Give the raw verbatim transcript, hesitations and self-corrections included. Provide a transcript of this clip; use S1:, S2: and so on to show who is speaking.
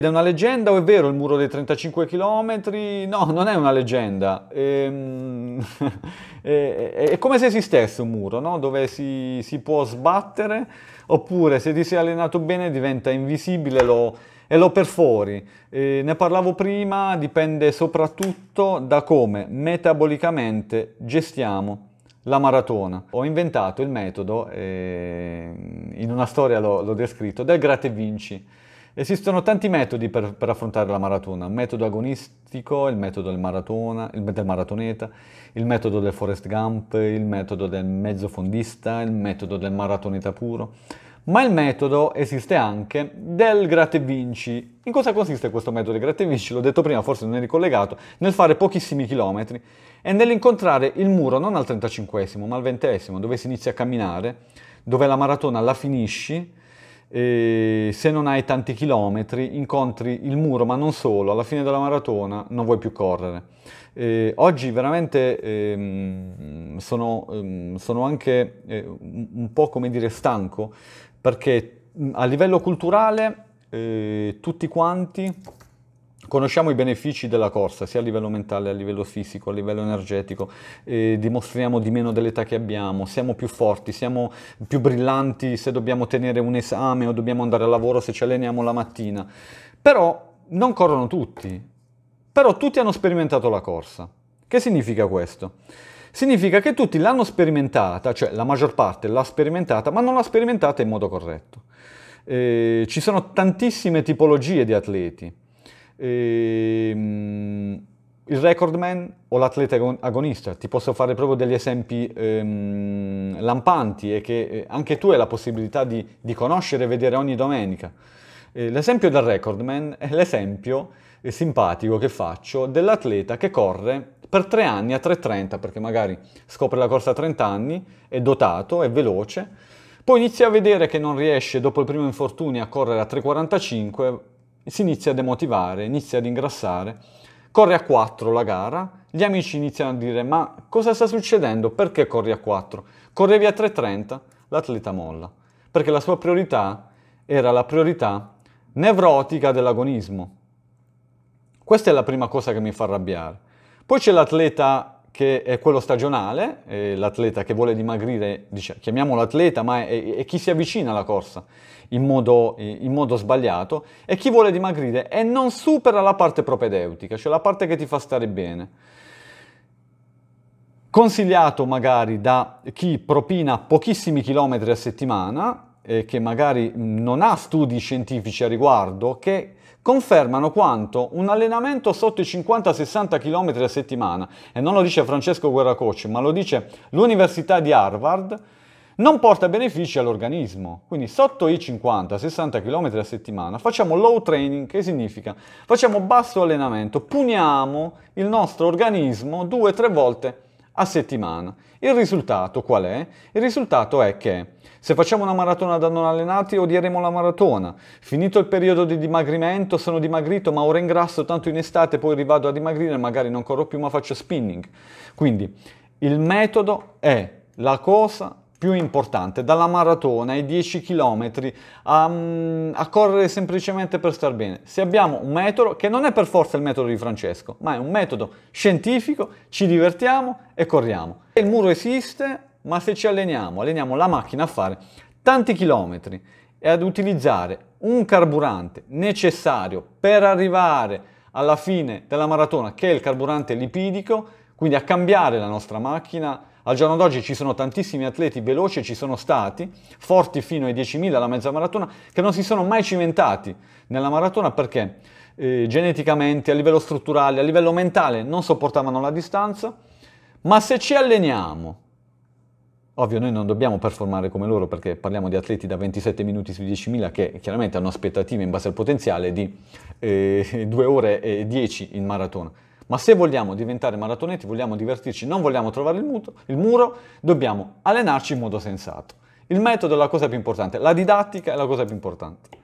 S1: È una leggenda o è vero il muro dei trentacinque chilometri? No, non è una leggenda. Ehm, È, è- è come se esistesse un muro, no? Dove si, si può sbattere, oppure se ti sei allenato bene diventa invisibile lo- e lo perfori. Eh, ne parlavo prima, dipende soprattutto da come metabolicamente gestiamo la maratona. Ho inventato il metodo, eh, in una storia l'ho l'ho descritto, del gratta e vinci. Esistono tanti metodi per, per affrontare la maratona, il metodo agonistico, il metodo del maratona, il, del maratoneta, il metodo del Forrest Gump, il metodo del mezzo fondista, il metodo del maratoneta puro, ma il metodo esiste anche del gratta e vinci. In cosa consiste questo metodo del gratta e vinci? L'ho detto prima, forse non eri collegato, nel fare pochissimi chilometri e nell'incontrare il muro non al trentacinquesimo, ma al ventesimo, dove si inizia a camminare, dove la maratona la finisci. E se non hai tanti chilometri, incontri il muro, ma non solo, alla fine della maratona non vuoi più correre. Eh, oggi veramente ehm, sono, ehm, sono anche eh, un un po', come dire, stanco, perché mh, a livello culturale eh, tutti quanti conosciamo i benefici della corsa, sia a livello mentale, a livello fisico, a livello energetico, eh, dimostriamo di meno dell'età che abbiamo, siamo più forti, siamo più brillanti se dobbiamo tenere un esame o dobbiamo andare al lavoro se ci alleniamo la mattina. Però non corrono tutti, però tutti hanno sperimentato la corsa. Che significa questo? Significa che tutti l'hanno sperimentata, cioè la maggior parte l'ha sperimentata, ma non l'ha sperimentata in modo corretto. Eh, ci sono tantissime tipologie di atleti. Ehm, il recordman o l'atleta agon- agonista, ti posso fare proprio degli esempi ehm, lampanti e che eh, anche tu hai la possibilità di, di conoscere e vedere ogni domenica. Eh, l'esempio del recordman è l'esempio eh, simpatico che faccio dell'atleta che corre per tre anni a tre e trenta, perché magari scopre la corsa a trenta anni, è dotato, è veloce, poi inizia a vedere che non riesce dopo il primo infortunio a correre a tre e quarantacinque, si inizia a demotivare, inizia ad ingrassare, corre a quattro la gara, gli amici iniziano a dire ma cosa sta succedendo? Perché corri a quattro? Correvi a tre e trenta, l'atleta molla, perché la sua priorità era la priorità nevrotica dell'agonismo. Questa è la prima cosa che mi fa arrabbiare. Poi c'è l'atleta che è quello stagionale, eh, l'atleta che vuole dimagrire, dice, chiamiamolo atleta, ma è, è chi si avvicina alla corsa in modo, in modo sbagliato, e chi vuole dimagrire e non supera la parte propedeutica, cioè la parte che ti fa stare bene. Consigliato magari da chi propina pochissimi chilometri a settimana, e che magari non ha studi scientifici a riguardo, che confermano quanto un allenamento sotto i cinquanta sessanta km a settimana, e non lo dice Francesco Guerracoci, ma lo dice l'Università di Harvard, non porta benefici all'organismo. Quindi sotto i cinquanta sessanta km a settimana facciamo low training, che significa facciamo basso allenamento, puniamo il nostro organismo due tre volte a settimana. Il risultato qual è? Il risultato è che se facciamo una maratona da non allenati odieremo la maratona. Finito il periodo di dimagrimento, sono dimagrito ma ora ingrasso, tanto in estate poi rivado a dimagrire, magari non corro più ma faccio spinning. Quindi il metodo è la cosa più importante, dalla maratona ai dieci chilometri a, a correre semplicemente per star bene. Se abbiamo un metodo, che non è per forza il metodo di Francesco, ma è un metodo scientifico, ci divertiamo e corriamo. Il muro esiste, ma se ci alleniamo, alleniamo la macchina a fare tanti chilometri e ad utilizzare un carburante necessario per arrivare alla fine della maratona, che è il carburante lipidico, quindi a cambiare la nostra macchina. Al giorno d'oggi ci sono tantissimi atleti veloci, ci sono stati, forti fino ai diecimila alla mezza maratona, che non si sono mai cimentati nella maratona perché eh, geneticamente, a livello strutturale, a livello mentale non sopportavano la distanza, ma se ci alleniamo, ovvio noi non dobbiamo performare come loro perché parliamo di atleti da ventisette minuti su diecimila che chiaramente hanno aspettative in base al potenziale di eh, due ore e dieci in maratona. Ma se vogliamo diventare maratonetti, vogliamo divertirci, non vogliamo trovare il, muto, il muro, dobbiamo allenarci in modo sensato. Il metodo è la cosa più importante, la didattica è la cosa più importante.